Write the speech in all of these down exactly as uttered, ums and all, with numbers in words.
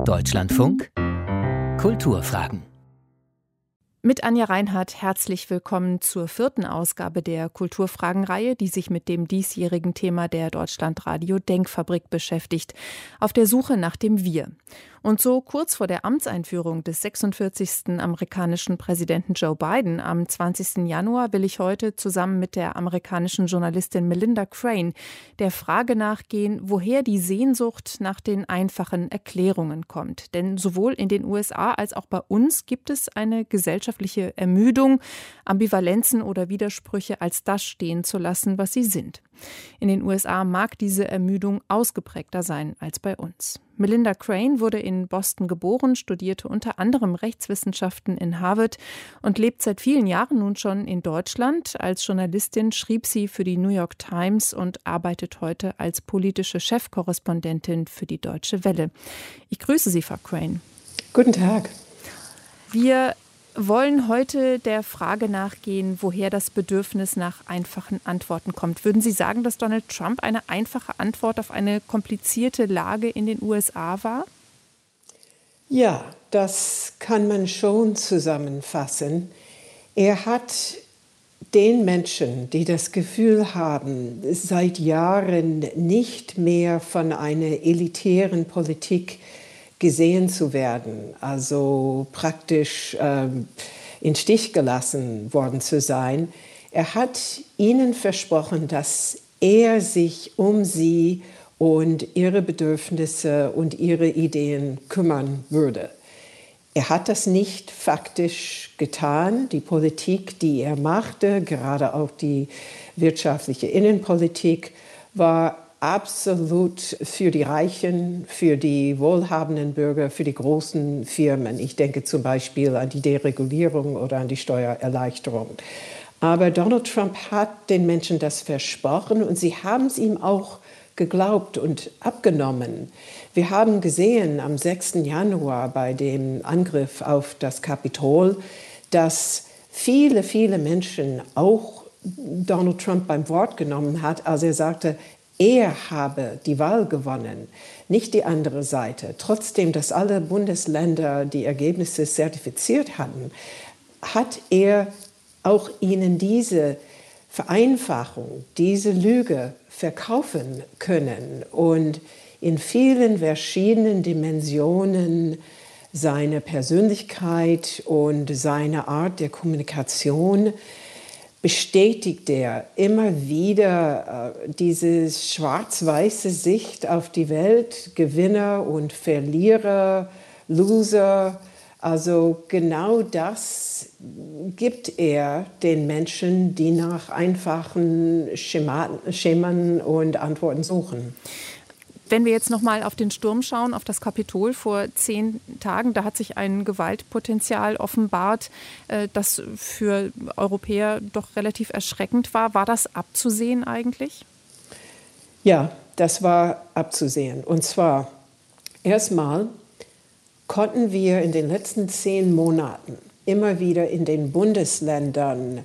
Deutschlandfunk Kulturfragen. Mit Anja Reinhardt herzlich willkommen zur vierten Ausgabe der Kulturfragenreihe, die sich mit dem diesjährigen Thema der Deutschlandradio Denkfabrik beschäftigt, auf der Suche nach dem Wir. Und so kurz vor der Amtseinführung des sechsundvierzigsten amerikanischen Präsidenten Joe Biden am zwanzigsten Januar will ich heute zusammen mit der amerikanischen Journalistin Melinda Crane der Frage nachgehen, woher die Sehnsucht nach den einfachen Erklärungen kommt. Denn sowohl in den U S A als auch bei uns gibt es eine gesellschaftliche Ermüdung, Ambivalenzen oder Widersprüche als das stehen zu lassen, was sie sind. In den U S A mag diese Ermüdung ausgeprägter sein als bei uns. Melinda Crane wurde in Boston geboren, studierte unter anderem Rechtswissenschaften in Harvard und lebt seit vielen Jahren nun schon in Deutschland. Als Journalistin schrieb sie für die New York Times und arbeitet heute als politische Chefkorrespondentin für die Deutsche Welle. Ich grüße Sie, Frau Crane. Guten Tag. Wir wollen heute der Frage nachgehen, woher das Bedürfnis nach einfachen Antworten kommt. Würden Sie sagen, dass Donald Trump eine einfache Antwort auf eine komplizierte Lage in den U S A war? Ja, das kann man schon zusammenfassen. Er hat den Menschen, die das Gefühl haben, seit Jahren nicht mehr von einer elitären Politik gesehen zu werden, also praktisch ähm, in Stich gelassen worden zu sein. Er hat ihnen versprochen, dass er sich um sie und ihre Bedürfnisse und ihre Ideen kümmern würde. Er hat das nicht faktisch getan. Die Politik, die er machte, gerade auch die wirtschaftliche Innenpolitik, war absolut für die Reichen, für die wohlhabenden Bürger, für die großen Firmen. Ich denke zum Beispiel an die Deregulierung oder an die Steuererleichterung. Aber Donald Trump hat den Menschen das versprochen und sie haben es ihm auch geglaubt und abgenommen. Wir haben gesehen am sechsten Januar bei dem Angriff auf das Kapitol, dass viele, viele Menschen auch Donald Trump beim Wort genommen hat, als er sagte, er habe die Wahl gewonnen, nicht die andere Seite. Trotzdem, dass alle Bundesländer die Ergebnisse zertifiziert hatten, hat er auch ihnen diese Vereinfachung, diese Lüge verkaufen können und in vielen verschiedenen Dimensionen seine Persönlichkeit und seine Art der Kommunikation bestätigt er immer wieder äh, diese schwarz-weiße Sicht auf die Welt, Gewinner und Verlierer, Loser. Also genau das gibt er den Menschen, die nach einfachen Schematen, Schemen und Antworten suchen. Wenn wir jetzt noch mal auf den Sturm schauen, auf das Kapitol vor zehn Tagen, da hat sich ein Gewaltpotenzial offenbart, das für Europäer doch relativ erschreckend war. War das abzusehen eigentlich? Ja, das war abzusehen. Und zwar erstmal konnten wir in den letzten zehn Monaten immer wieder in den Bundesländern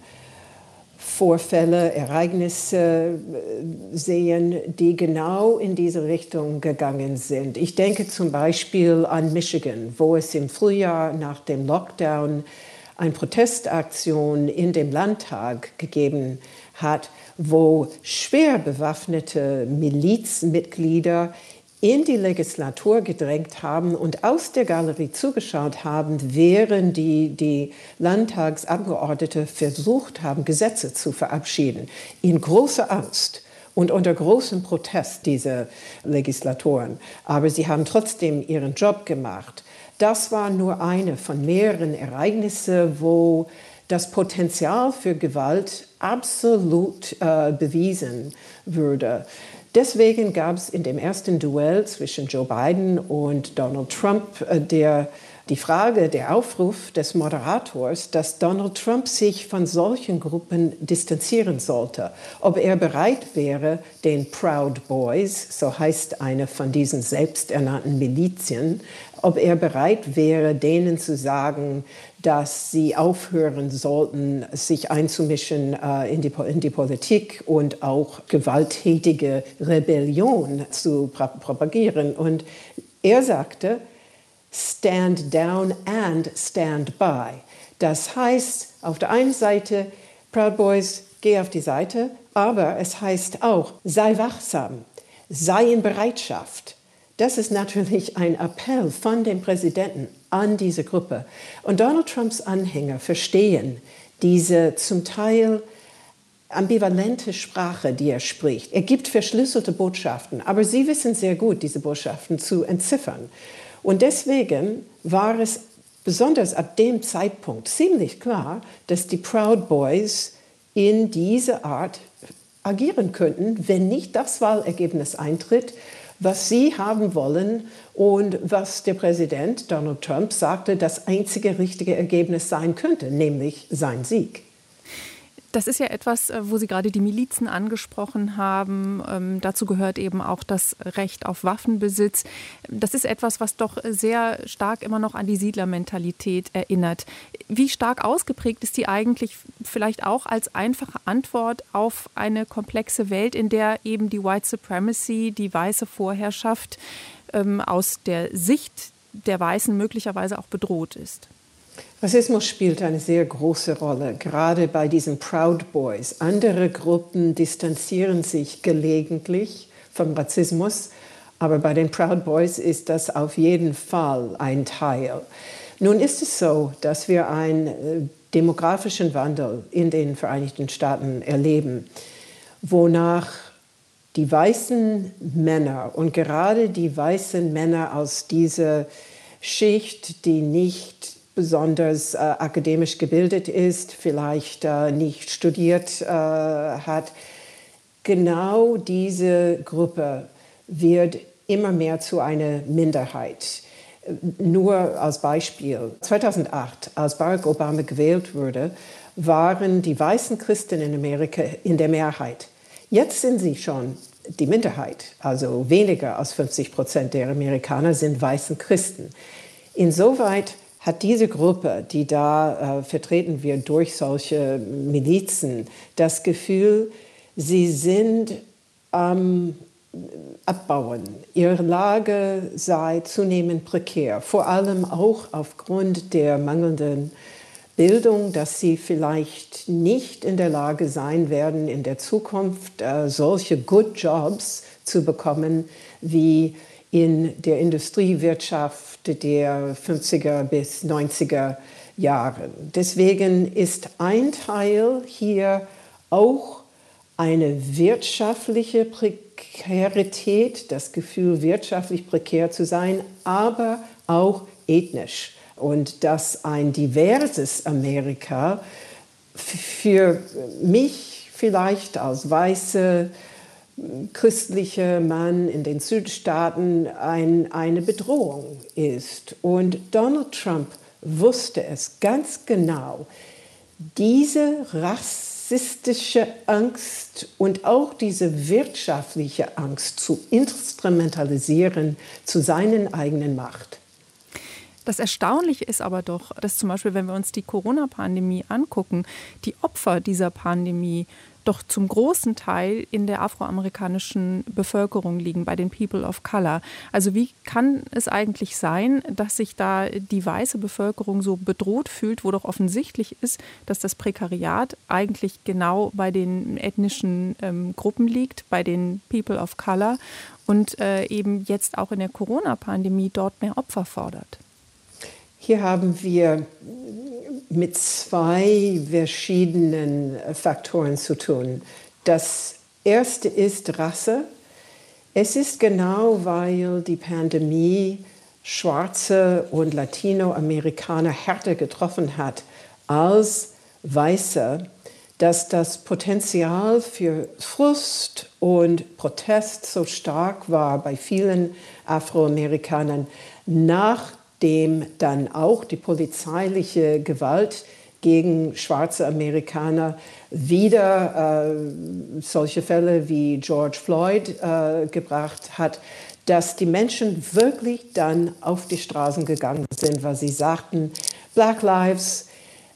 Vorfälle, Ereignisse sehen, die genau in diese Richtung gegangen sind. Ich denke zum Beispiel an Michigan, wo es im Frühjahr nach dem Lockdown eine Protestaktion in dem Landtag gegeben hat, wo schwer bewaffnete Milizmitglieder in die Legislatur gedrängt haben und aus der Galerie zugeschaut haben, während die, die Landtagsabgeordnete versucht haben, Gesetze zu verabschieden. In großer Angst und unter großem Protest dieser Legislatoren. Aber sie haben trotzdem ihren Job gemacht. Das war nur eine von mehreren Ereignissen, wo das Potenzial für Gewalt absolut äh, bewiesen wurde. Deswegen gab es in dem ersten Duell zwischen Joe Biden und Donald Trump äh, der, die Frage, der Aufruf des Moderators, dass Donald Trump sich von solchen Gruppen distanzieren sollte. Ob er bereit wäre, den Proud Boys, so heißt eine von diesen selbsternannten Milizien, ob er bereit wäre, denen zu sagen, dass sie aufhören sollten, sich einzumischen äh, in, die, in die Politik und auch gewalttätige Rebellion zu propagieren. Und er sagte, stand down and stand by. Das heißt, auf der einen Seite, Proud Boys, geh auf die Seite, aber es heißt auch, sei wachsam, sei in Bereitschaft. Das ist natürlich ein Appell von dem Präsidenten an diese Gruppe. Und Donald Trumps Anhänger verstehen diese zum Teil ambivalente Sprache, die er spricht. Er gibt verschlüsselte Botschaften, aber sie wissen sehr gut, diese Botschaften zu entziffern. Und deswegen war es besonders ab dem Zeitpunkt ziemlich klar, dass die Proud Boys in diese Art agieren könnten, wenn nicht das Wahlergebnis eintritt, was sie haben wollen und was der Präsident Donald Trump sagte, das einzige richtige Ergebnis sein könnte, nämlich sein Sieg. Das ist ja etwas, wo Sie gerade die Milizen angesprochen haben. Ähm, dazu gehört eben auch das Recht auf Waffenbesitz. Das ist etwas, was doch sehr stark immer noch an die Siedlermentalität erinnert. Wie stark ausgeprägt ist die eigentlich vielleicht auch als einfache Antwort auf eine komplexe Welt, in der eben die White Supremacy, die weiße Vorherrschaft, ähm, aus der Sicht der Weißen möglicherweise auch bedroht ist? Rassismus spielt eine sehr große Rolle, gerade bei diesen Proud Boys. Andere Gruppen distanzieren sich gelegentlich vom Rassismus, aber bei den Proud Boys ist das auf jeden Fall ein Teil. Nun ist es so, dass wir einen äh, demografischen Wandel in den Vereinigten Staaten erleben, wonach die weißen Männer und gerade die weißen Männer aus dieser Schicht, die nicht besonders äh, akademisch gebildet ist, vielleicht äh, nicht studiert äh, hat. Genau diese Gruppe wird immer mehr zu einer Minderheit. Nur als Beispiel, zweitausendacht, als Barack Obama gewählt wurde, waren die weißen Christen in Amerika in der Mehrheit. Jetzt sind sie schon die Minderheit, also weniger als fünfzig Prozent der Amerikaner sind weißen Christen. Insoweit hat diese Gruppe, die da äh, vertreten wird durch solche Milizen, das Gefühl, sie sind am Abbauen. Ihre Lage sei zunehmend prekär, vor allem auch aufgrund der mangelnden Bildung, dass sie vielleicht nicht in der Lage sein werden, in der Zukunft äh, solche Good Jobs zu bekommen, wie in der Industriewirtschaft der fünfziger bis neunziger Jahre. Deswegen ist ein Teil hier auch eine wirtschaftliche Prekarität, das Gefühl, wirtschaftlich prekär zu sein, aber auch ethnisch. Und dass ein diverses Amerika für mich vielleicht als weiße christlicher Mann in den Südstaaten ein, eine Bedrohung ist. Und Donald Trump wusste es ganz genau. Diese rassistische Angst und auch diese wirtschaftliche Angst zu instrumentalisieren zu seinen eigenen Macht. Das Erstaunliche ist aber doch, dass zum Beispiel, wenn wir uns die Corona-Pandemie angucken, die Opfer dieser Pandemie doch zum großen Teil in der afroamerikanischen Bevölkerung liegen, bei den People of Color. Also wie kann es eigentlich sein, dass sich da die weiße Bevölkerung so bedroht fühlt, wo doch offensichtlich ist, dass das Prekariat eigentlich genau bei den ethnischen ähm, Gruppen liegt, bei den People of Color und äh, eben jetzt auch in der Corona-Pandemie dort mehr Opfer fordert? Hier haben wir mit zwei verschiedenen Faktoren zu tun. Das erste ist Rasse. Es ist genau, weil die Pandemie Schwarze und Latinoamerikaner härter getroffen hat als Weiße, dass das Potenzial für Frust und Protest so stark war bei vielen Afroamerikanern, nachdem dann auch die polizeiliche Gewalt gegen schwarze Amerikaner wieder äh, solche Fälle wie George Floyd äh, gebracht hat, dass die Menschen wirklich dann auf die Straßen gegangen sind, weil sie sagten, Black Lives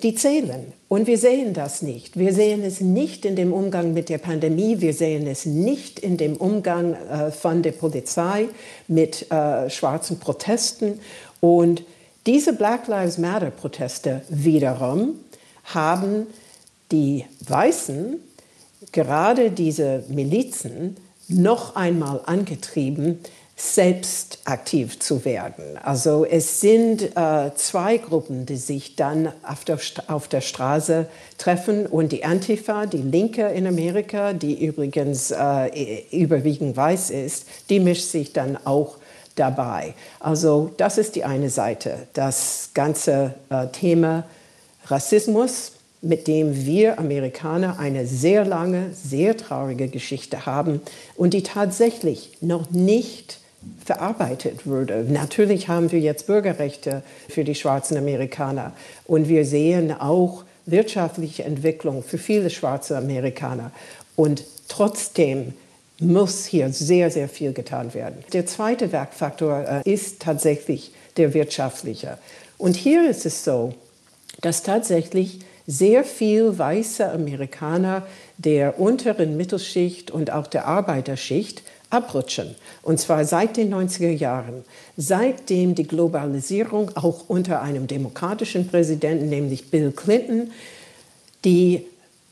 die zählen. Und wir sehen das nicht. Wir sehen es nicht in dem Umgang mit der Pandemie. Wir sehen es nicht in dem Umgang äh, von der Polizei mit äh, schwarzen Protesten. Und diese Black Lives Matter-Proteste wiederum haben die Weißen, gerade diese Milizen, noch einmal angetrieben, selbst aktiv zu werden. Also es sind äh, zwei Gruppen, die sich dann auf der, auf der Straße treffen, und die Antifa, die Linke in Amerika, die übrigens äh, überwiegend weiß ist, die mischt sich dann auch dabei. Also das ist die eine Seite, das ganze äh, Thema Rassismus, mit dem wir Amerikaner eine sehr lange, sehr traurige Geschichte haben und die tatsächlich noch nicht verarbeitet wurde. Natürlich haben wir jetzt Bürgerrechte für die schwarzen Amerikaner und wir sehen auch wirtschaftliche Entwicklung für viele schwarze Amerikaner. Und trotzdem muss hier sehr, sehr viel getan werden. Der zweite Werkfaktor äh, ist tatsächlich der wirtschaftliche. Und hier ist es so, dass tatsächlich sehr viel weiße Amerikaner der unteren Mittelschicht und auch der Arbeiterschicht abrutschen. Und zwar seit den neunziger Jahren, seitdem die Globalisierung auch unter einem demokratischen Präsidenten, nämlich Bill Clinton, die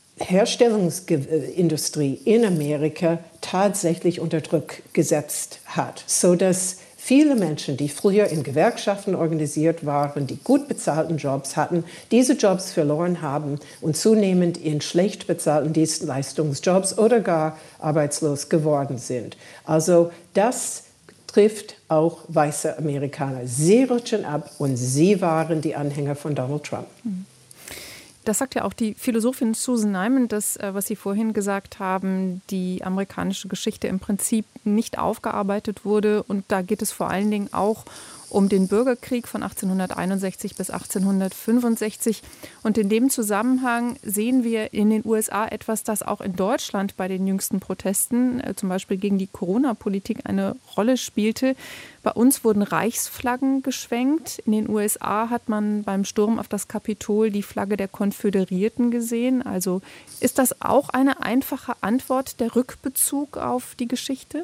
Herstellungsindustrie in Amerika tatsächlich unter Druck gesetzt hat, sodass viele Menschen, die früher in Gewerkschaften organisiert waren, die gut bezahlten Jobs hatten, diese Jobs verloren haben und zunehmend in schlecht bezahlten Dienstleistungsjobs oder gar arbeitslos geworden sind. Also das trifft auch weiße Amerikaner. Sie rutschen ab und sie waren die Anhänger von Donald Trump. Das sagt ja auch die Philosophin Susan Neiman, dass, was Sie vorhin gesagt haben, die amerikanische Geschichte im Prinzip nicht aufgearbeitet wurde. Und da geht es vor allen Dingen auch um den Bürgerkrieg von achtzehnhunderteinundsechzig bis achtzehnhundertfünfundsechzig. Und in dem Zusammenhang sehen wir in den U S A etwas, das auch in Deutschland bei den jüngsten Protesten, äh, zum Beispiel gegen die Corona-Politik, eine Rolle spielte. Bei uns wurden Reichsflaggen geschwenkt. In den U S A hat man beim Sturm auf das Kapitol die Flagge der Konföderierten gesehen. Also ist das auch eine einfache Antwort, der Rückbezug auf die Geschichte?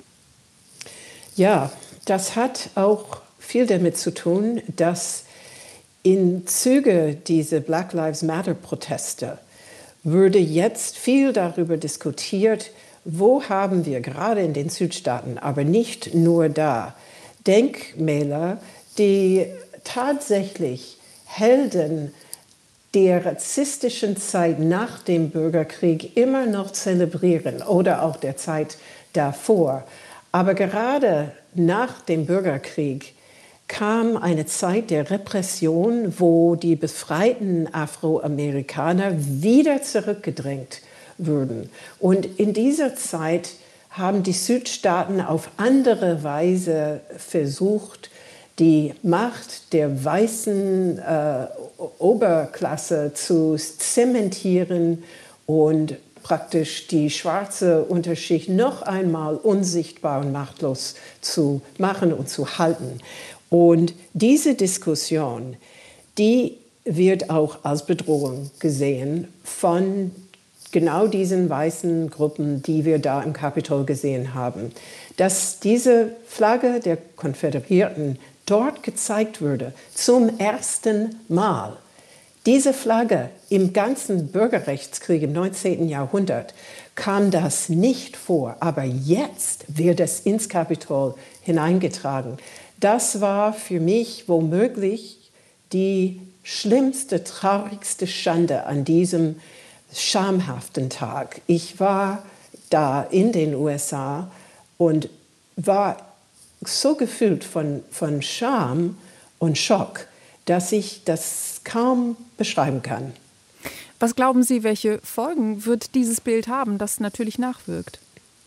Ja, das hat auch viel damit zu tun, dass im Zuge dieser Black Lives Matter Proteste würde jetzt viel darüber diskutiert, wo haben wir gerade in den Südstaaten, aber nicht nur da, Denkmäler, die tatsächlich Helden der rassistischen Zeit nach dem Bürgerkrieg immer noch zelebrieren oder auch der Zeit davor. Aber gerade nach dem Bürgerkrieg kam eine Zeit der Repression, wo die befreiten Afroamerikaner wieder zurückgedrängt wurden. Und in dieser Zeit haben die Südstaaten auf andere Weise versucht, die Macht der weißen äh, Oberklasse zu zementieren und praktisch die schwarze Unterschicht noch einmal unsichtbar und machtlos zu machen und zu halten. Und diese Diskussion, die wird auch als Bedrohung gesehen von genau diesen weißen Gruppen, die wir da im Kapitol gesehen haben. Dass diese Flagge der Konföderierten dort gezeigt wurde, zum ersten Mal. Diese Flagge im ganzen Bürgerrechtskrieg im neunzehnten Jahrhundert kam das nicht vor, aber jetzt wird es ins Kapitol hineingetragen. Das war für mich womöglich die schlimmste, traurigste Schande an diesem schamhaften Tag. Ich war da in den U S A und war so gefüllt von, von Scham und Schock, dass ich das kaum beschreiben kann. Was glauben Sie, welche Folgen wird dieses Bild haben, das natürlich nachwirkt?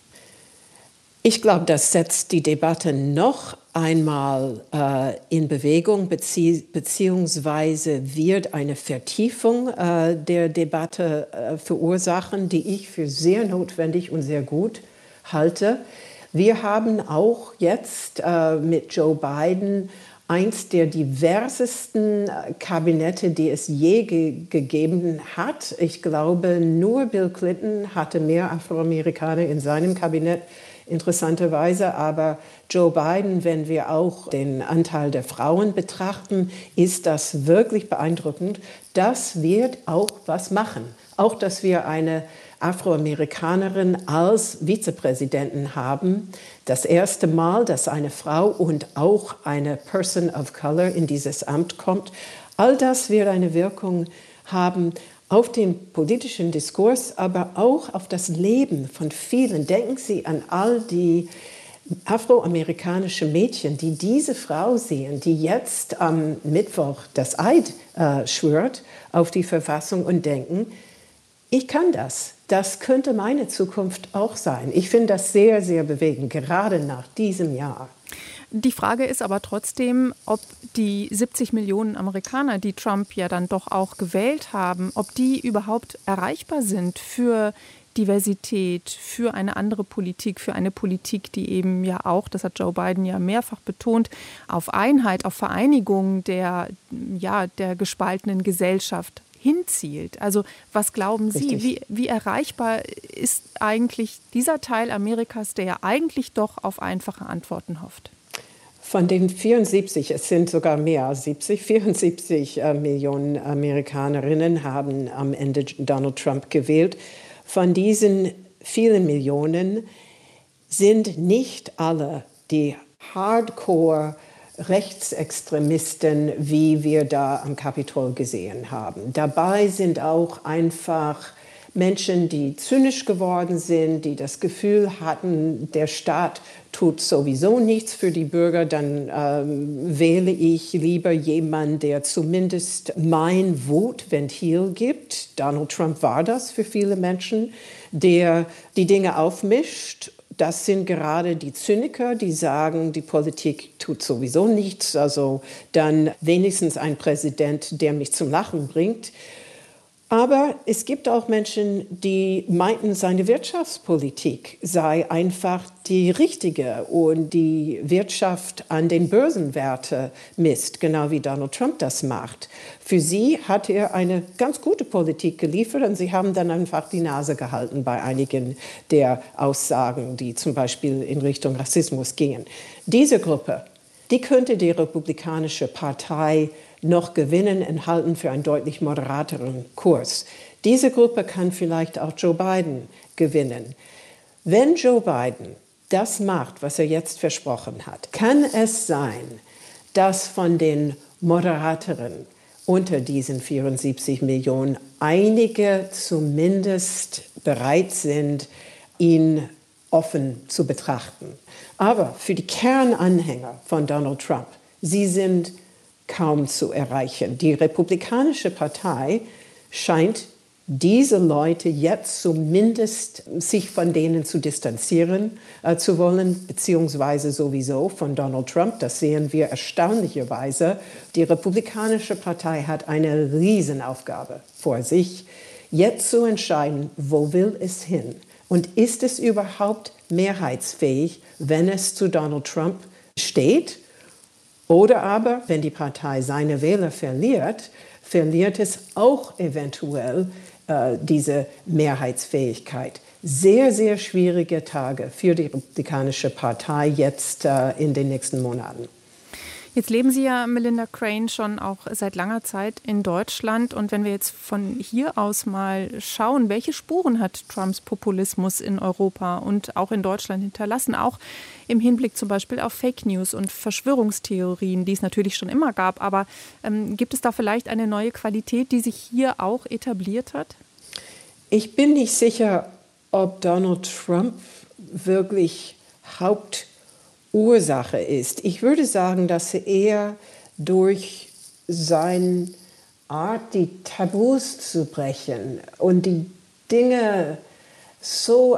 Ich glaube, das setzt die Debatte noch einmal äh, in Bewegung, bezieh beziehungsweise wird eine Vertiefung äh, der Debatte äh, verursachen, die ich für sehr notwendig und sehr gut halte. Wir haben auch jetzt äh, mit Joe Biden eins der diversesten Kabinette, die es je ge- gegeben hat. Ich glaube, nur Bill Clinton hatte mehr Afroamerikaner in seinem Kabinett, interessanterweise. Aber Joe Biden, wenn wir auch den Anteil der Frauen betrachten, ist das wirklich beeindruckend. Das wird auch was machen. Auch, dass wir eine Afroamerikanerin als Vizepräsidentin haben. Das erste Mal, dass eine Frau und auch eine Person of Color in dieses Amt kommt. All das wird eine Wirkung haben auf den politischen Diskurs, aber auch auf das Leben von vielen. Denken Sie an all die afroamerikanische Mädchen, die diese Frau sehen, die jetzt am Mittwoch das Eid äh, schwört auf die Verfassung und denken, ich kann das. Das könnte meine Zukunft auch sein. Ich finde das sehr, sehr bewegend, gerade nach diesem Jahr. Die Frage ist aber trotzdem, ob die siebzig Millionen Amerikaner, die Trump ja dann doch auch gewählt haben, ob die überhaupt erreichbar sind für Diversität, für eine andere Politik, für eine Politik, die eben ja auch, das hat Joe Biden ja mehrfach betont, auf Einheit, auf Vereinigung der, ja, der gespaltenen Gesellschaft hinzielt. Also was glauben Sie, wie, wie erreichbar ist eigentlich dieser Teil Amerikas, der ja eigentlich doch auf einfache Antworten hofft? Von den vierundsiebzig, es sind sogar mehr als siebzig, vierundsiebzig äh, Millionen Amerikanerinnen haben am Ende Donald Trump gewählt. Von diesen vielen Millionen sind nicht alle die Hardcore Rechtsextremisten, wie wir da am Kapitol gesehen haben. Dabei sind auch einfach Menschen, die zynisch geworden sind, die das Gefühl hatten, der Staat tut sowieso nichts für die Bürger, dann ähm, wähle ich lieber jemanden, der zumindest mein Votventil gibt. Donald Trump war das für viele Menschen, der die Dinge aufmischt. Das sind gerade die Zyniker, die sagen, die Politik tut sowieso nichts, also dann wenigstens ein Präsident, der mich zum Lachen bringt. Aber es gibt auch Menschen, die meinten, seine Wirtschaftspolitik sei einfach die richtige und die Wirtschaft an den Börsenwerten misst, genau wie Donald Trump das macht. Für sie hat er eine ganz gute Politik geliefert und sie haben dann einfach die Nase gehalten bei einigen der Aussagen, die zum Beispiel in Richtung Rassismus gingen. Diese Gruppe, die könnte die Republikanische Partei noch gewinnen und halten für einen deutlich moderateren Kurs. Diese Gruppe kann vielleicht auch Joe Biden gewinnen. Wenn Joe Biden das macht, was er jetzt versprochen hat, kann es sein, dass von den Moderateren unter diesen vierundsiebzig Millionen einige zumindest bereit sind, ihn offen zu betrachten. Aber für die Kernanhänger von Donald Trump, sie sind kaum zu erreichen. Die Republikanische Partei scheint diese Leute jetzt zumindest sich von denen zu distanzieren äh, zu wollen, beziehungsweise sowieso von Donald Trump. Das sehen wir erstaunlicherweise. Die Republikanische Partei hat eine Riesenaufgabe vor sich, jetzt zu entscheiden, wo will es hin? Und ist es überhaupt mehrheitsfähig, wenn es zu Donald Trump steht? Oder aber, wenn die Partei seine Wähler verliert, verliert es auch eventuell äh, diese Mehrheitsfähigkeit. Sehr, sehr schwierige Tage für die Republikanische Partei jetzt äh, in den nächsten Monaten. Jetzt leben Sie ja, Melinda Crane, schon auch seit langer Zeit in Deutschland. Und wenn wir jetzt von hier aus mal schauen, welche Spuren hat Trumps Populismus in Europa und auch in Deutschland hinterlassen, auch im Hinblick zum Beispiel auf Fake News und Verschwörungstheorien, die es natürlich schon immer gab. Aber ähm, gibt es da vielleicht eine neue Qualität, die sich hier auch etabliert hat? Ich bin nicht sicher, ob Donald Trump wirklich Haupt Ursache ist. Ich würde sagen, dass er durch seine Art, die Tabus zu brechen und die Dinge so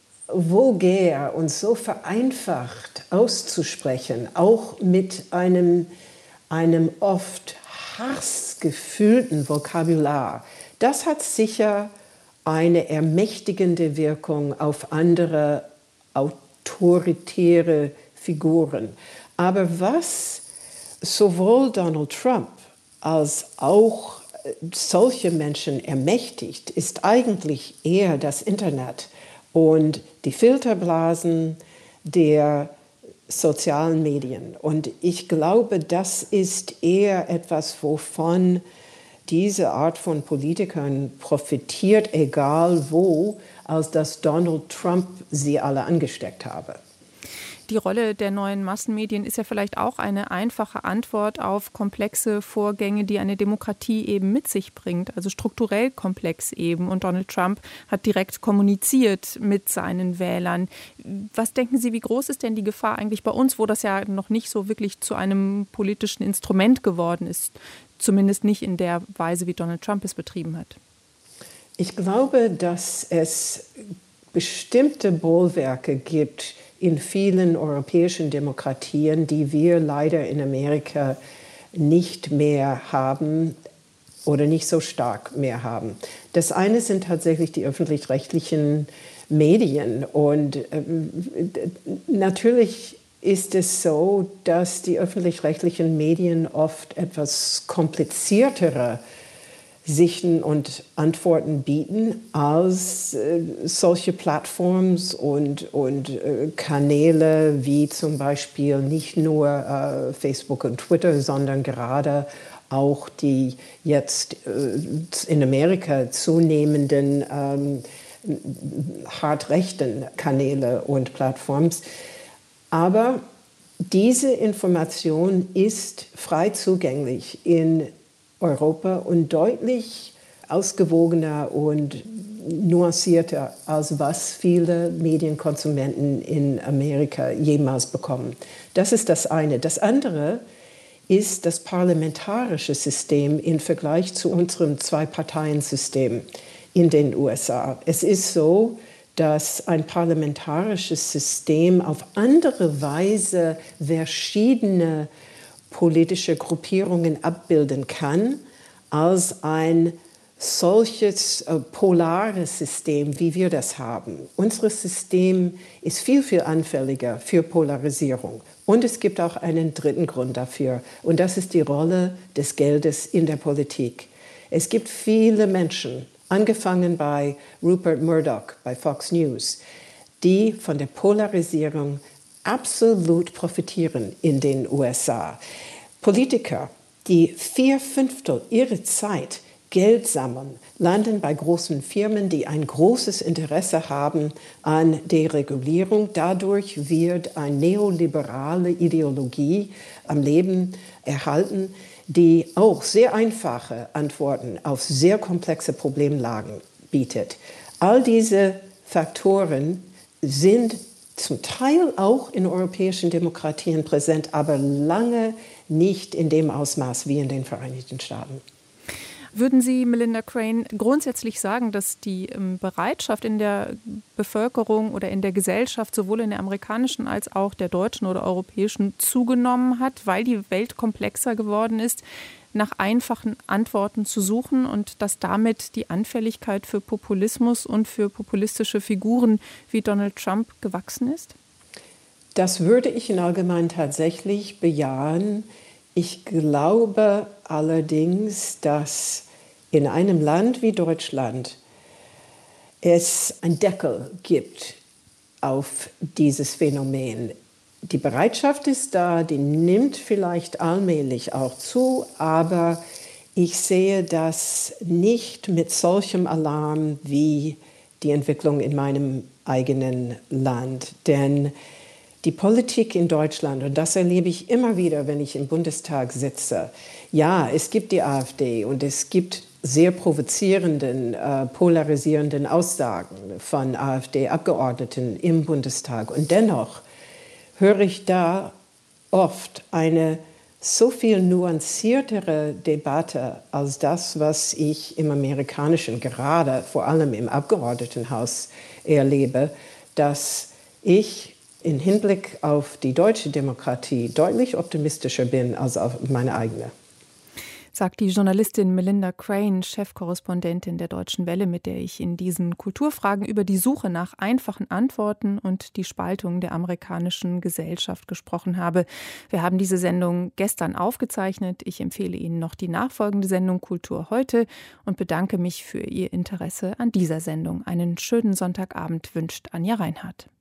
vulgär und so vereinfacht auszusprechen, auch mit einem, einem oft hassgefühlten Vokabular, das hat sicher eine ermächtigende Wirkung auf andere autoritäre Figuren. Aber was sowohl Donald Trump als auch solche Menschen ermächtigt, ist eigentlich eher das Internet und die Filterblasen der sozialen Medien. Und ich glaube, das ist eher etwas, wovon diese Art von Politikern profitiert, egal wo, als dass Donald Trump sie alle angesteckt habe. Die Rolle der neuen Massenmedien ist ja vielleicht auch eine einfache Antwort auf komplexe Vorgänge, die eine Demokratie eben mit sich bringt, also strukturell komplex eben. Und Donald Trump hat direkt kommuniziert mit seinen Wählern. Was denken Sie, wie groß ist denn die Gefahr eigentlich bei uns, wo das ja noch nicht so wirklich zu einem politischen Instrument geworden ist, zumindest nicht in der Weise, wie Donald Trump es betrieben hat? Ich glaube, dass es bestimmte Bollwerke gibt in vielen europäischen Demokratien, die wir leider in Amerika nicht mehr haben oder nicht so stark mehr haben. Das eine sind tatsächlich die öffentlich-rechtlichen Medien. Und äh, natürlich ist es so, dass die öffentlich-rechtlichen Medien oft etwas kompliziertere Sichten und Antworten bieten als äh, solche Plattforms und, und äh, Kanäle wie zum Beispiel nicht nur äh, Facebook und Twitter, sondern gerade auch die jetzt äh, in Amerika zunehmenden ähm, hart rechten Kanäle und Plattforms. Aber diese Information ist frei zugänglich in Europa und deutlich ausgewogener und nuancierter, als was viele Medienkonsumenten in Amerika jemals bekommen. Das ist das eine. Das andere ist das parlamentarische System im Vergleich zu unserem Zwei-Parteien-System in den U S A. Es ist so, dass ein parlamentarisches System auf andere Weise verschiedene politische Gruppierungen abbilden kann, als ein solches äh, polares System, wie wir das haben. Unser System ist viel, viel anfälliger für Polarisierung. Und es gibt auch einen dritten Grund dafür, und das ist die Rolle des Geldes in der Politik. Es gibt viele Menschen, angefangen bei Rupert Murdoch bei Fox News, die von der Polarisierung absolut profitieren in den U S A. Politiker, die vier Fünftel ihrer Zeit Geld sammeln, landen bei großen Firmen, die ein großes Interesse haben an Deregulierung. Dadurch wird eine neoliberale Ideologie am Leben erhalten, die auch sehr einfache Antworten auf sehr komplexe Problemlagen bietet. All diese Faktoren sind zum Teil auch in europäischen Demokratien präsent, aber lange nicht in dem Ausmaß wie in den Vereinigten Staaten. Würden Sie, Melinda Crane, grundsätzlich sagen, dass die Bereitschaft in der Bevölkerung oder in der Gesellschaft, sowohl in der amerikanischen als auch der deutschen oder europäischen, zugenommen hat, weil die Welt komplexer geworden ist, nach einfachen Antworten zu suchen und dass damit die Anfälligkeit für Populismus und für populistische Figuren wie Donald Trump gewachsen ist? Das würde ich in allgemein tatsächlich bejahen. Ich glaube allerdings, dass in einem Land wie Deutschland es einen Deckel gibt auf dieses Phänomen. Die Bereitschaft ist da, die nimmt vielleicht allmählich auch zu, aber ich sehe das nicht mit solchem Alarm wie die Entwicklung in meinem eigenen Land. Denn die Politik in Deutschland, und das erlebe ich immer wieder, wenn ich im Bundestag sitze, ja, es gibt die AfD und es gibt sehr provozierenden, äh, polarisierenden Aussagen von AfD-Abgeordneten im Bundestag. Und dennoch höre ich da oft eine so viel nuanciertere Debatte als das, was ich im amerikanischen, gerade vor allem im Abgeordnetenhaus erlebe, dass ich im Hinblick auf die deutsche Demokratie deutlich optimistischer bin als auf meine eigene. sagt die Journalistin Melinda Crane, Chefkorrespondentin der Deutschen Welle, mit der ich in diesen Kulturfragen über die Suche nach einfachen Antworten und die Spaltung der amerikanischen Gesellschaft gesprochen habe. Wir haben diese Sendung gestern aufgezeichnet. Ich empfehle Ihnen noch die nachfolgende Sendung Kultur heute und bedanke mich für Ihr Interesse an dieser Sendung. Einen schönen Sonntagabend wünscht Anja Reinhardt.